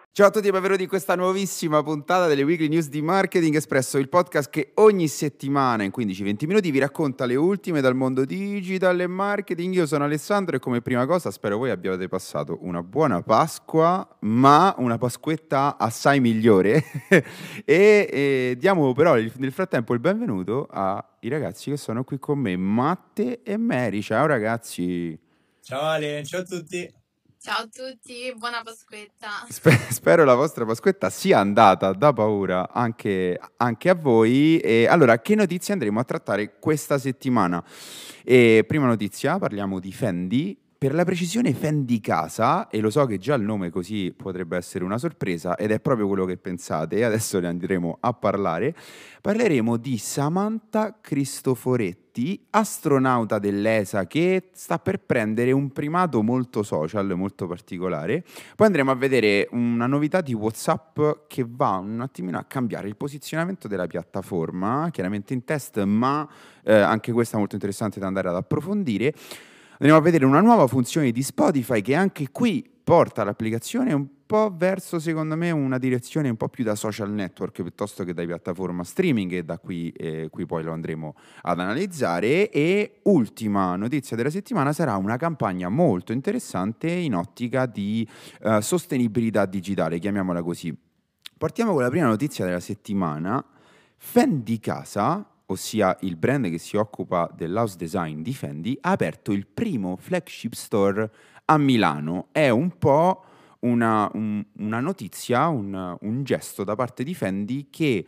Ciao a tutti e benvenuti in questa nuovissima puntata delle Weekly News di Marketing Espresso, il podcast che ogni settimana in 15-20 minuti vi racconta le ultime dal mondo digital e marketing. Io sono Alessandro e come prima cosa spero voi abbiate passato una buona Pasqua, ma una Pasquetta assai migliore. e diamo però nel frattempo il benvenuto ai ragazzi che sono qui con me, Matte e Mary. Ciao ragazzi. Ciao Ale, ciao a tutti. Ciao a tutti, buona Pasquetta. Spero la vostra Pasquetta sia andata da paura anche a voi. E allora, che notizie andremo a trattare questa settimana? Prima notizia, parliamo di Fendi. Per la precisione Fendi Casa, e lo so che già il nome così potrebbe essere una sorpresa, ed è proprio quello che pensate, adesso ne andremo a parlare. Parleremo di Samantha Cristoforetti, astronauta dell'ESA che sta per prendere un primato molto social, molto particolare. Poi andremo a vedere una novità di WhatsApp che va un attimino a cambiare il posizionamento della piattaforma, chiaramente in test, ma anche questa è molto interessante da andare ad approfondire. Andremo a vedere una nuova funzione di Spotify che anche qui porta l'applicazione un po' verso, secondo me, una direzione un po' più da social network piuttosto che da piattaforma streaming, e da qui poi lo andremo ad analizzare. E ultima notizia della settimana sarà una campagna molto interessante in ottica di sostenibilità digitale, chiamiamola così. Partiamo con la prima notizia della settimana. Fendi Casa, ossia il brand che si occupa dell'house design di Fendi, ha aperto il primo flagship store a Milano. È un po' una notizia, un gesto da parte di Fendi che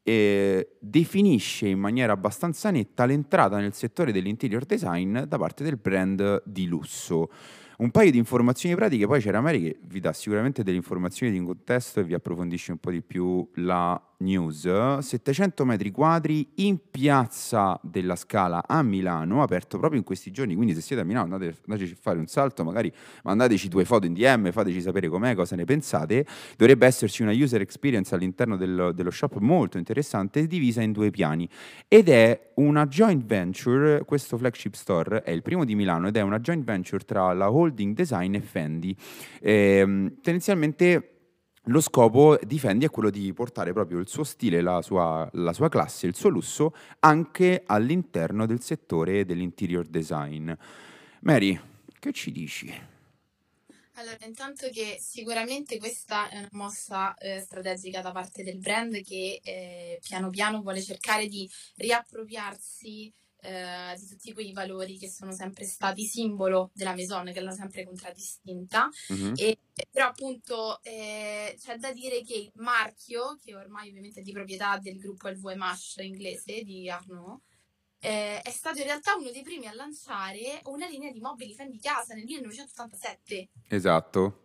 definisce in maniera abbastanza netta l'entrata nel settore dell'interior design da parte del brand di lusso. Un paio di informazioni pratiche, poi c'era Mary che vi dà sicuramente delle informazioni di contesto e vi approfondisce un po' di più la news. 700 metri quadri in Piazza della Scala a Milano, aperto proprio in questi giorni, quindi se siete a Milano andateci a fare un salto, magari mandateci 2 foto in DM, fateci sapere com'è, cosa ne pensate. Dovrebbe esserci una user experience all'interno dello shop molto interessante, divisa in 2 piani, ed è una joint venture. Questo flagship store è il primo di Milano ed è una joint venture tra la Holding Design e Fendi. Tendenzialmente lo scopo di Fendi è quello di portare proprio il suo stile, la sua classe, il suo lusso anche all'interno del settore dell'interior design. Mary, che ci dici? Allora, intanto che sicuramente questa è una mossa strategica da parte del brand che piano piano vuole cercare di riappropriarsi di tutti quei valori che sono sempre stati simbolo della Maison, che l'ha sempre contraddistinta. Però appunto c'è da dire che il marchio, che ormai ovviamente è di proprietà del gruppo LVMH inglese di Arnaud, è stato in realtà uno dei primi a lanciare una linea di mobili Fendi Casa nel 1987. Esatto.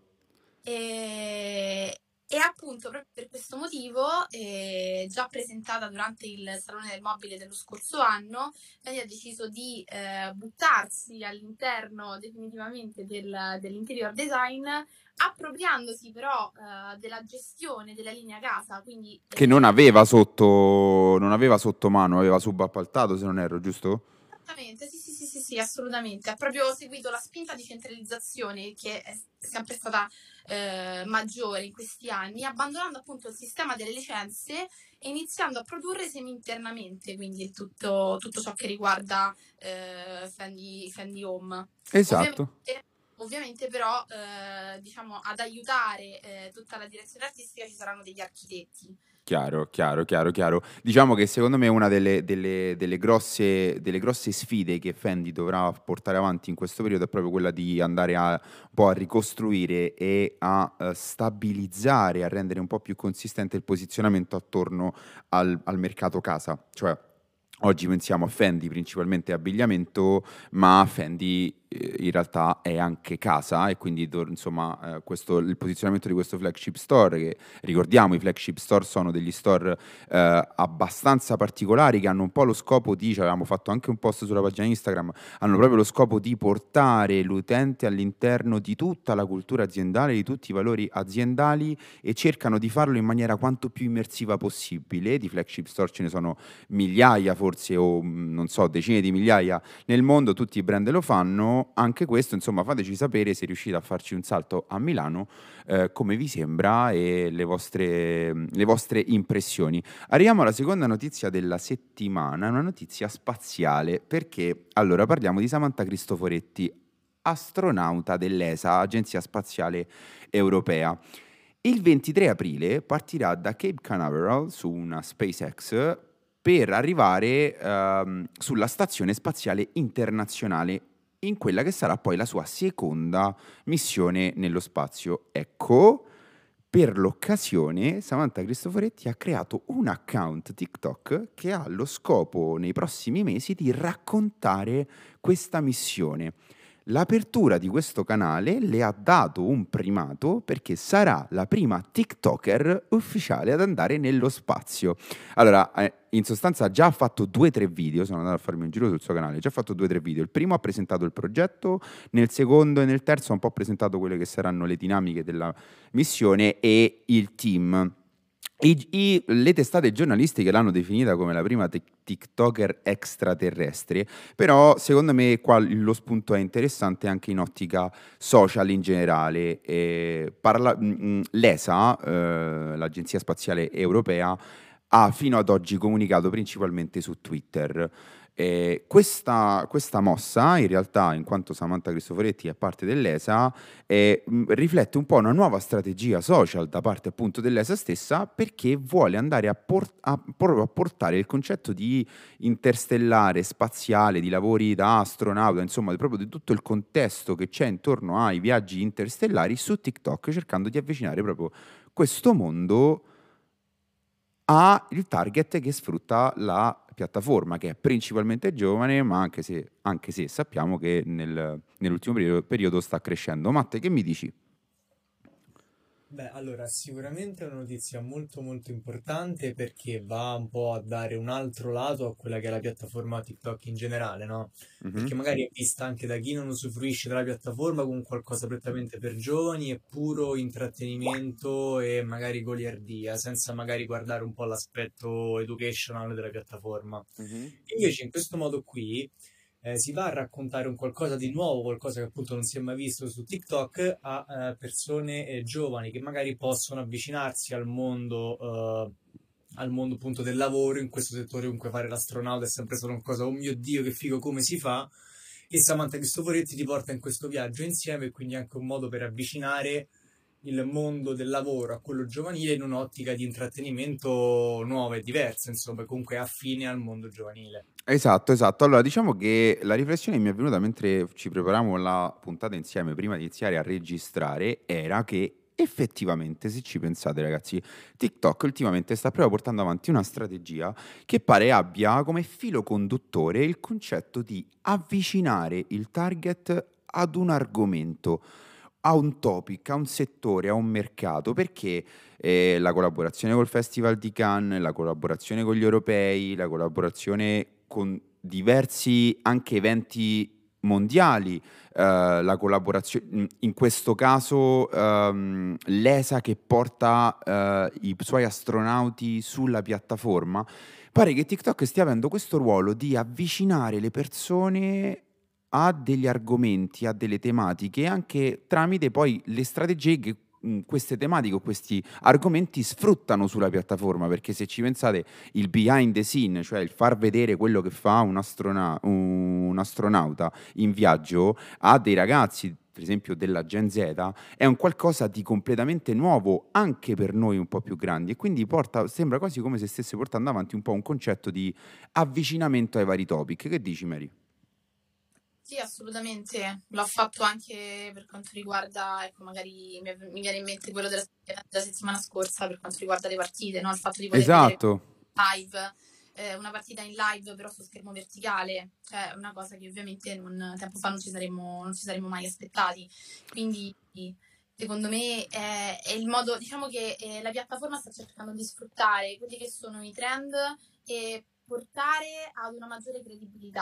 E appunto proprio per questo motivo, già presentata durante il Salone del Mobile dello scorso anno, Fendi ha deciso di buttarsi all'interno definitivamente dell'interior design, appropriandosi però della gestione della linea casa, quindi che non aveva sotto mano, aveva subappaltato, se non erro, giusto? Esattamente, sì, assolutamente. Ha proprio seguito la spinta di centralizzazione che è sempre stata maggiore in questi anni, abbandonando appunto il sistema delle licenze e iniziando a produrre semi-internamente, quindi tutto ciò che riguarda Fendi Home. Esatto. Ovviamente però diciamo ad aiutare tutta la direzione artistica ci saranno degli architetti. Chiaro. Diciamo che secondo me una delle grosse sfide che Fendi dovrà portare avanti in questo periodo è proprio quella di andare un po' a ricostruire e a stabilizzare, a rendere un po' più consistente il posizionamento attorno al mercato casa. Cioè, oggi pensiamo a Fendi principalmente abbigliamento, ma Fendi in realtà è anche casa, e quindi insomma il posizionamento di questo flagship store, che ricordiamo i flagship store sono degli store abbastanza particolari che hanno un po' lo scopo di, avevamo fatto anche un post sulla pagina Instagram, hanno proprio lo scopo di portare l'utente all'interno di tutta la cultura aziendale, di tutti i valori aziendali, e cercano di farlo in maniera quanto più immersiva possibile. Di flagship store ce ne sono migliaia, forse, o non so, decine di migliaia nel mondo, tutti i brand lo fanno, anche questo, insomma, fateci sapere se riuscite a farci un salto a Milano, come vi sembra e le vostre impressioni. Arriviamo alla seconda notizia della settimana, una notizia spaziale, perché allora parliamo di Samantha Cristoforetti, astronauta dell'ESA, Agenzia Spaziale Europea. Il 23 aprile partirà da Cape Canaveral su una SpaceX per arrivare sulla Stazione Spaziale Internazionale, in quella che sarà poi la sua seconda missione nello spazio. Ecco, per l'occasione Samantha Cristoforetti ha creato un account TikTok che ha lo scopo nei prossimi mesi di raccontare questa missione. L'apertura di questo canale le ha dato un primato perché sarà la prima TikToker ufficiale ad andare nello spazio. Allora, in sostanza già ha fatto 2-3 video, sono andato a farmi un giro sul suo canale, già ha fatto 2-3 video. Il primo ha presentato il progetto, nel secondo e nel terzo ha un po' presentato quelle che saranno le dinamiche della missione e il team. Le testate giornalistiche l'hanno definita come la prima TikToker extraterrestre, però secondo me qua lo spunto è interessante anche in ottica social in generale. L'ESA, l'Agenzia Spaziale Europea, ha fino ad oggi comunicato principalmente su Twitter. Questa mossa, in realtà, in quanto Samantha Cristoforetti è parte dell'ESA, riflette un po' una nuova strategia social da parte appunto dell'ESA stessa, perché vuole andare a portare il concetto di interstellare, spaziale, di lavori da astronauta, insomma, proprio di tutto il contesto che c'è intorno ai viaggi interstellari su TikTok, cercando di avvicinare proprio questo mondo ha il target che sfrutta la piattaforma, che è principalmente giovane, ma anche se sappiamo che nell'ultimo periodo sta crescendo. Matte, che mi dici? Beh, allora, sicuramente è una notizia molto molto importante perché va un po' a dare un altro lato a quella che è la piattaforma TikTok in generale, no? Perché magari è vista anche da chi non usufruisce della piattaforma come qualcosa prettamente per giovani e puro intrattenimento e magari goliardia, senza magari guardare un po' l'aspetto educational della piattaforma. Invece in questo modo qui si va a raccontare un qualcosa di nuovo, qualcosa che appunto non si è mai visto su TikTok a persone giovani che magari possono avvicinarsi al mondo appunto del lavoro in questo settore. Comunque fare l'astronauta è sempre solo una cosa, oh mio Dio che figo, come si fa? E Samantha Cristoforetti ti porta in questo viaggio insieme, e quindi anche un modo per avvicinare il mondo del lavoro a quello giovanile in un'ottica di intrattenimento nuova e diversa, insomma, comunque affine al mondo giovanile. Esatto, esatto. Allora, diciamo che la riflessione che mi è venuta mentre ci preparavamo la puntata insieme, prima di iniziare a registrare, era che effettivamente, se ci pensate ragazzi, TikTok ultimamente sta proprio portando avanti una strategia che pare abbia come filo conduttore il concetto di avvicinare il target ad un argomento, a un topic, a un settore, a un mercato, perché la collaborazione col Festival di Cannes, la collaborazione con gli europei, la collaborazione con diversi anche eventi mondiali, la collaborazione, in questo caso l'ESA che porta i suoi astronauti sulla piattaforma, pare che TikTok stia avendo questo ruolo di avvicinare le persone a degli argomenti, a delle tematiche, anche tramite poi le strategie che queste tematiche o questi argomenti sfruttano sulla piattaforma, perché se ci pensate il behind the scene, cioè il far vedere quello che fa un astronauta in viaggio a dei ragazzi, per esempio della Gen Z, è un qualcosa di completamente nuovo anche per noi un po' più grandi, e quindi sembra quasi come se stesse portando avanti un po' un concetto di avvicinamento ai vari topic. Che dici, Mary? Sì, assolutamente. L'ho fatto anche per quanto riguarda, ecco, magari mi viene in mente quello della settimana scorsa per quanto riguarda le partite, no? Il fatto di poter vedere live, una partita in live però su schermo verticale, cioè una cosa che ovviamente tempo fa non ci saremmo mai aspettati. Quindi secondo me è il modo, diciamo che la piattaforma sta cercando di sfruttare quelli che sono i trend e portare ad una maggiore credibilità.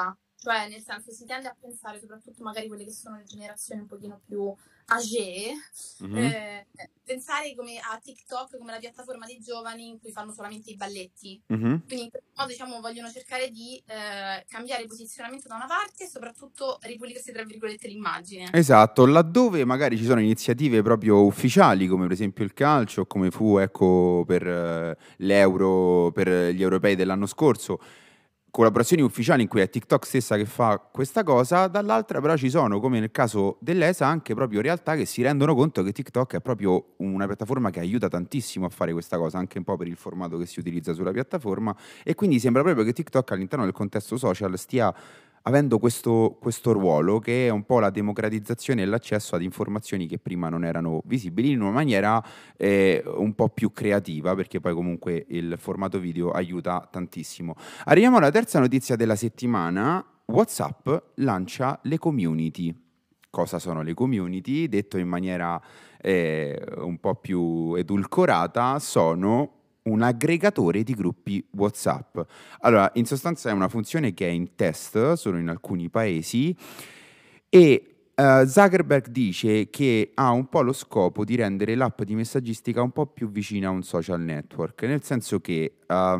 Cioè, nel senso, si tende a pensare, soprattutto magari quelle che sono le generazioni un pochino più âgée, pensare come a TikTok come la piattaforma dei giovani in cui fanno solamente i balletti. Quindi in questo modo, diciamo, vogliono cercare di cambiare posizionamento da una parte e soprattutto ripulirsi, tra virgolette, l'immagine. Esatto, laddove magari ci sono iniziative proprio ufficiali, come per esempio il calcio, come fu, ecco, per l'Euro, per gli europei dell'anno scorso, collaborazioni ufficiali in cui è TikTok stessa che fa questa cosa, dall'altra però ci sono, come nel caso dell'ESA, anche proprio realtà che si rendono conto che TikTok è proprio una piattaforma che aiuta tantissimo a fare questa cosa, anche un po' per il formato che si utilizza sulla piattaforma, e quindi sembra proprio che TikTok all'interno del contesto social stia avendo questo ruolo che è un po' la democratizzazione e l'accesso ad informazioni che prima non erano visibili in una maniera un po' più creativa, perché poi comunque il formato video aiuta tantissimo. Arriviamo alla terza notizia della settimana. WhatsApp lancia le community. Cosa sono le community? Detto in maniera un po' più edulcorata, sono un aggregatore di gruppi WhatsApp. Allora, in sostanza è una funzione che è in test solo in alcuni paesi e Zuckerberg dice che ha un po' lo scopo di rendere l'app di messaggistica un po' più vicina a un social network, nel senso che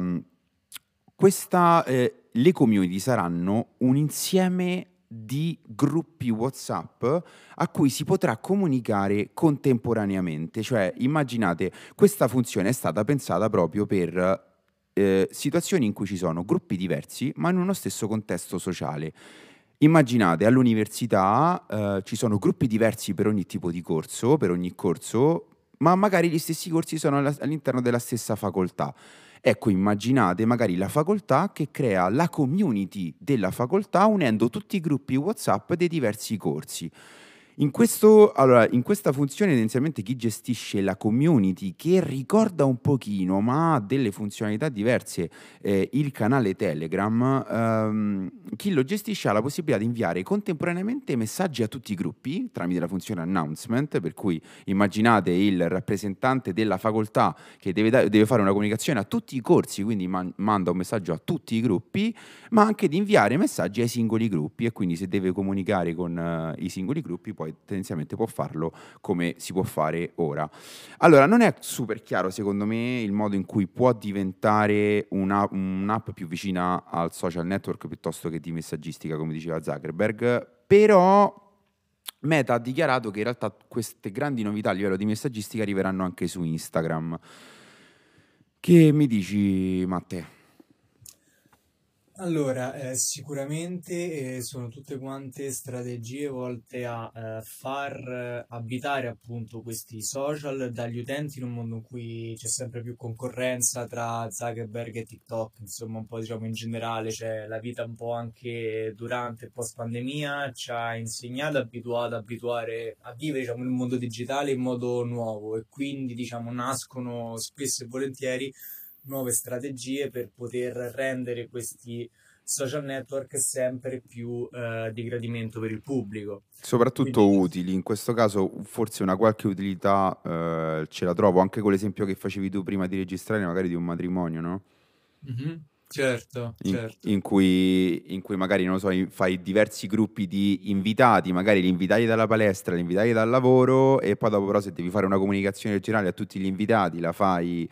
le community saranno un insieme di gruppi WhatsApp a cui si potrà comunicare contemporaneamente. Cioè, immaginate, questa funzione è stata pensata proprio per situazioni in cui ci sono gruppi diversi, ma in uno stesso contesto sociale. Immaginate, all'università ci sono gruppi diversi per ogni tipo di corso, per ogni corso, ma magari gli stessi corsi sono all'interno della stessa facoltà. Ecco, immaginate magari la facoltà che crea la community della facoltà unendo tutti i gruppi WhatsApp dei diversi corsi. In questa funzione tendenzialmente chi gestisce la community, che ricorda un pochino, ma ha delle funzionalità diverse, il canale Telegram, chi lo gestisce ha la possibilità di inviare contemporaneamente messaggi a tutti i gruppi tramite la funzione announcement, per cui immaginate il rappresentante della facoltà che deve fare una comunicazione a tutti i corsi, quindi manda un messaggio a tutti i gruppi, ma anche di inviare messaggi ai singoli gruppi, e quindi se deve comunicare con i singoli gruppi poi tendenzialmente può farlo come si può fare ora. Allora, non è super chiaro secondo me il modo in cui può diventare un'app più vicina al social network piuttosto che di messaggistica, come diceva Zuckerberg, però Meta ha dichiarato che in realtà queste grandi novità a livello di messaggistica arriveranno anche su Instagram. Che mi dici, Matte? Allora, sicuramente sono tutte quante strategie volte a far abitare appunto questi social dagli utenti in un mondo in cui c'è sempre più concorrenza tra Zuckerberg e TikTok, insomma un po' diciamo in generale, cioè la vita un po' anche durante e post pandemia ci ha insegnato, abituato, abituare a vivere diciamo nel mondo digitale in modo nuovo, e quindi diciamo nascono spesso e volentieri nuove strategie per poter rendere questi social network sempre più di gradimento per il pubblico. Soprattutto Quindi, utili, in questo caso forse una qualche utilità ce la trovo, anche con l'esempio che facevi tu prima di registrare, magari di un matrimonio, no? certo, In, certo. in cui magari, non lo so, fai diversi gruppi di invitati, magari gli invitati dalla palestra, gli invitati dal lavoro, e poi dopo però se devi fare una comunicazione generale a tutti gli invitati la fai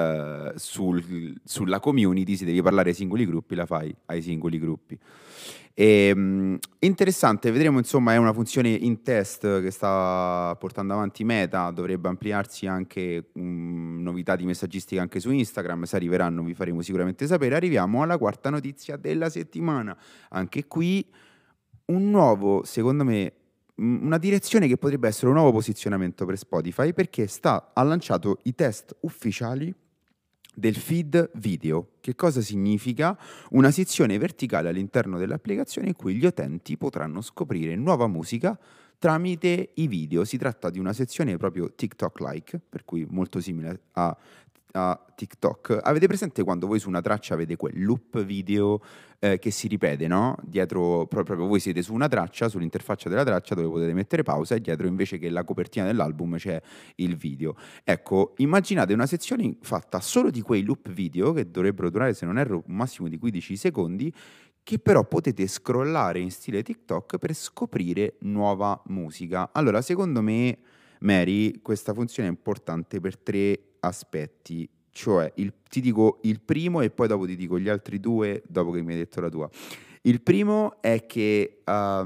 sulla community, se devi parlare ai singoli gruppi la fai ai singoli gruppi. Interessante, vedremo, insomma, è una funzione in test che sta portando avanti Meta, dovrebbe ampliarsi anche novità di messaggistica anche su Instagram, se arriveranno vi faremo sicuramente sapere. Arriviamo alla quarta notizia della settimana, anche qui un nuovo, secondo me, una direzione che potrebbe essere un nuovo posizionamento per Spotify, perché ha lanciato i test ufficiali del feed video. Che cosa significa? Una sezione verticale all'interno dell'applicazione in cui gli utenti potranno scoprire nuova musica tramite i video. Si tratta di una sezione proprio TikTok-like, per cui molto simile a TikTok. Avete presente quando voi su una traccia avete quel loop video che si ripete, no? Dietro, proprio voi siete su una traccia, sull'interfaccia della traccia dove potete mettere pausa, e dietro invece che la copertina dell'album c'è il video. Ecco, immaginate una sezione fatta solo di quei loop video che dovrebbero durare, se non erro, un massimo di 15 secondi, che però potete scrollare in stile TikTok per scoprire nuova musica. Allora, secondo me, Mary, questa funzione è importante per 3 aspetti. Cioè, ti dico il primo e poi dopo ti dico gli altri 2 dopo che mi hai detto la tua. Il primo è che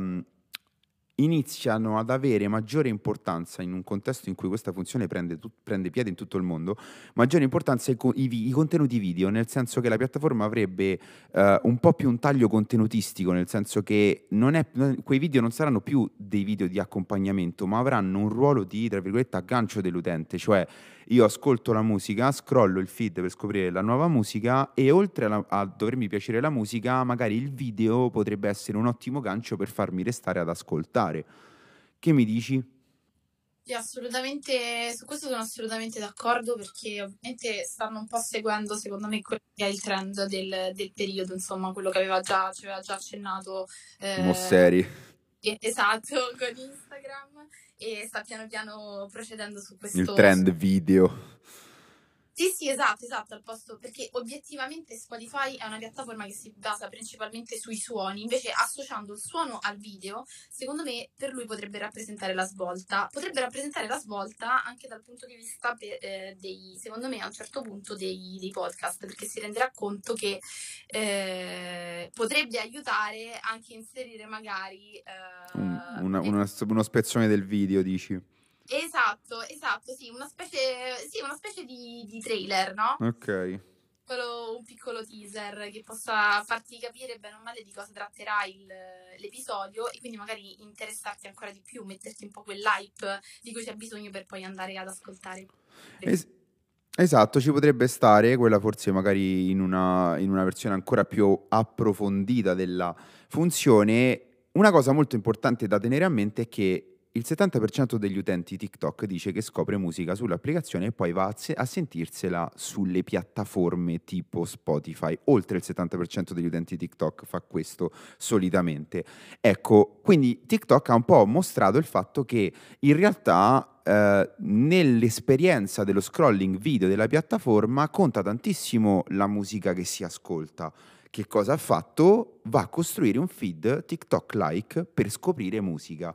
iniziano ad avere maggiore importanza in un contesto in cui questa funzione prende piede in tutto il mondo, maggiore importanza i contenuti video, nel senso che la piattaforma avrebbe un po' più un taglio contenutistico, nel senso che quei video non saranno più dei video di accompagnamento, ma avranno un ruolo di, tra virgolette, aggancio dell'utente, cioè io ascolto la musica, scrollo il feed per scoprire la nuova musica e oltre a dovermi piacere la musica, magari il video potrebbe essere un ottimo gancio per farmi restare ad ascoltare. Che mi dici? Sì, assolutamente, su questo sono assolutamente d'accordo, perché ovviamente stanno un po' seguendo, secondo me, quello che è il trend del periodo, insomma, quello che ci aveva già accennato. Mosseri. Esatto, con Instagram, e sta piano piano procedendo su questo. Il trend video. Sì, esatto, al posto, perché obiettivamente Spotify è una piattaforma che si basa principalmente sui suoni, invece associando il suono al video, secondo me per lui potrebbe rappresentare la svolta anche dal punto di vista secondo me a un certo punto dei podcast, perché si renderà conto che potrebbe aiutare anche a inserire magari uno spezzone del video, dici? Esatto, sì, una specie di trailer, no? Ok. Un piccolo teaser che possa farti capire bene o male di cosa tratterà l'episodio, e quindi magari interessarti ancora di più, metterti un po' quell'hype di cui c'è bisogno per poi andare ad ascoltare. Esatto, ci potrebbe stare quella forse magari in una versione ancora più approfondita della funzione. Una cosa molto importante da tenere a mente è che il 70% degli utenti TikTok dice che scopre musica sull'applicazione e poi va a sentirsela sulle piattaforme tipo Spotify. Oltre il 70% degli utenti TikTok fa questo solitamente. Ecco, quindi TikTok ha un po' mostrato il fatto che in realtà nell'esperienza dello scrolling video della piattaforma conta tantissimo la musica che si ascolta. Che cosa ha fatto? Va a costruire un feed TikTok-like per scoprire musica.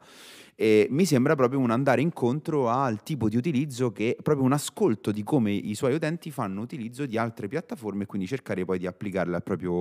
E mi sembra proprio un andare incontro al tipo di utilizzo, che è proprio un ascolto di come i suoi utenti fanno utilizzo di altre piattaforme, e quindi cercare poi di applicarle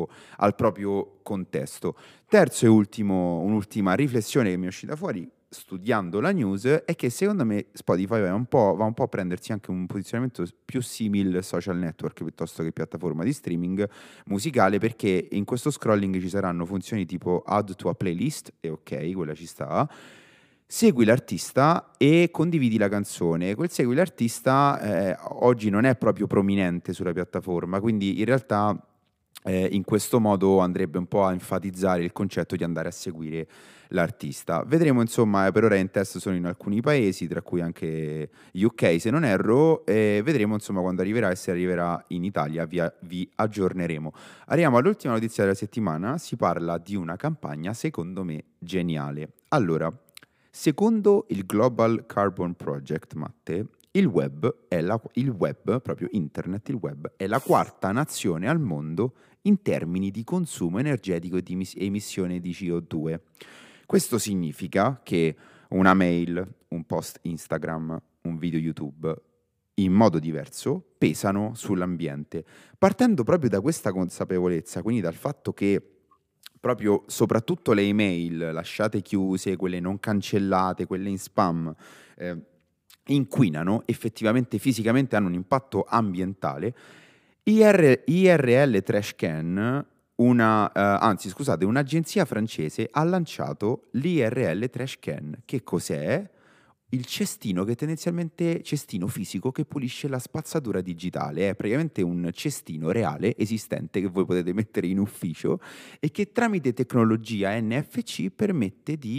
al proprio contesto. Terzo e un'ultima riflessione che mi è uscita fuori studiando la news è che secondo me Spotify va un po' a prendersi anche un posizionamento più simile social network piuttosto che piattaforma di streaming musicale, perché in questo scrolling ci saranno funzioni tipo add to a playlist, e ok, quella ci sta, segui l'artista e condividi la canzone. Quel segui l'artista oggi non è proprio prominente sulla piattaforma, quindi in realtà in questo modo andrebbe un po' a enfatizzare il concetto di andare a seguire l'artista. Vedremo, insomma, per ora in test sono in alcuni paesi, tra cui anche UK se non erro, e vedremo insomma quando arriverà, e se arriverà in Italia vi aggiorneremo. Arriviamo all'ultima notizia della settimana, si parla di una campagna secondo me geniale. Allora, secondo il Global Carbon Project, Matte, il web, proprio internet, il web è la quarta nazione al mondo in termini di consumo energetico e di emissione di CO2. Questo significa che una mail, un post Instagram, un video YouTube, in modo diverso, pesano sull'ambiente. Partendo proprio da questa consapevolezza, quindi dal fatto che proprio soprattutto le email lasciate chiuse, quelle non cancellate, quelle in spam, inquinano, effettivamente fisicamente hanno un impatto ambientale. IRL Trash Can, un'agenzia francese ha lanciato l'IRL Trash Can. Che cos'è? Il cestino cestino fisico che pulisce la spazzatura digitale. È praticamente un cestino reale esistente che voi potete mettere in ufficio e che tramite tecnologia NFC permette di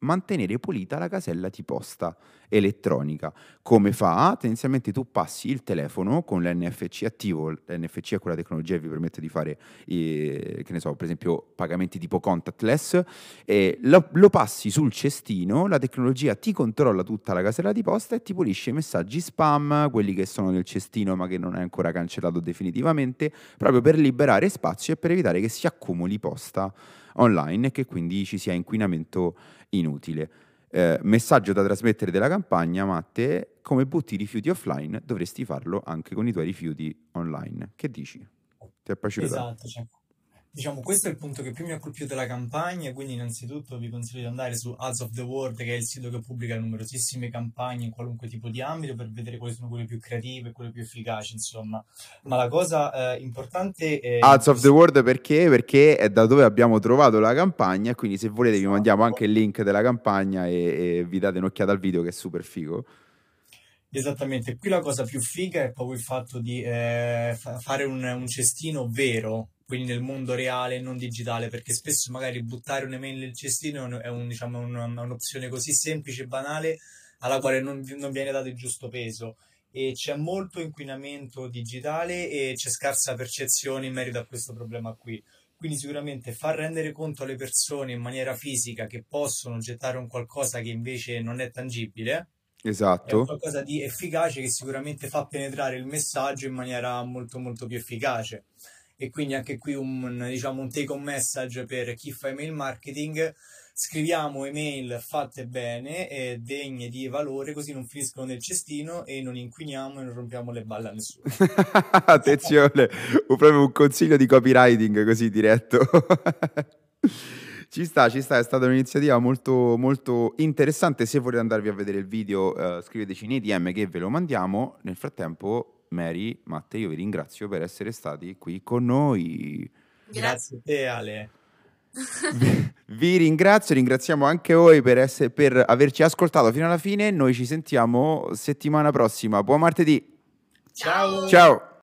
mantenere pulita la casella di posta elettronica. Come fa? Tendenzialmente tu passi il telefono con l'NFC attivo, l'NFC è quella tecnologia che vi permette di fare, che ne so, per esempio pagamenti tipo contactless, e lo passi sul cestino, la tecnologia ti controlla tutta la casella di posta e ti pulisce i messaggi spam, quelli che sono nel cestino ma che non è ancora cancellato definitivamente, proprio per liberare spazio e per evitare che si accumuli posta online e che quindi ci sia inquinamento inutile. Messaggio da trasmettere della campagna: Matte, come butti i rifiuti offline dovresti farlo anche con i tuoi rifiuti online. Che dici? Ti è piaciuto? Esatto, cioè, diciamo, questo è il punto che più mi ha colpito della campagna, quindi innanzitutto vi consiglio di andare su Ads of the World, che è il sito che pubblica numerosissime campagne in qualunque tipo di ambito, per vedere quali sono quelle più creative, quelle più efficaci, insomma. Ma la cosa importante è... Ads of the World perché? Perché è da dove abbiamo trovato la campagna, quindi se volete vi mandiamo anche il link della campagna e vi date un'occhiata al video che è super figo. Esattamente, qui la cosa più figa è proprio il fatto di fare un cestino vero, quindi nel mondo reale, non digitale, perché spesso magari buttare un'email nel cestino è diciamo, un'opzione così semplice e banale alla quale non viene dato il giusto peso, e c'è molto inquinamento digitale e c'è scarsa percezione in merito a questo problema qui. Quindi sicuramente far rendere conto alle persone in maniera fisica che possono gettare un qualcosa che invece non è tangibile è un Esatto. qualcosa di efficace che sicuramente fa penetrare il messaggio in maniera molto molto più efficace. E quindi anche qui diciamo, un take home message per chi fa email marketing: scriviamo email fatte bene e degne di valore, così non finiscono nel cestino e non inquiniamo e non rompiamo le balle a nessuno. Attenzione, proprio un consiglio di copywriting così diretto. Ci sta, è stata un'iniziativa molto, molto interessante. Se volete andarvi a vedere il video, scriveteci nei DM che ve lo mandiamo. Nel frattempo, Mary, Matte, io vi ringrazio per essere stati qui con noi. Grazie a te, Ale. Vi ringraziamo anche voi per averci ascoltato fino alla fine. Noi ci sentiamo settimana prossima. Buon martedì. Ciao. Ciao.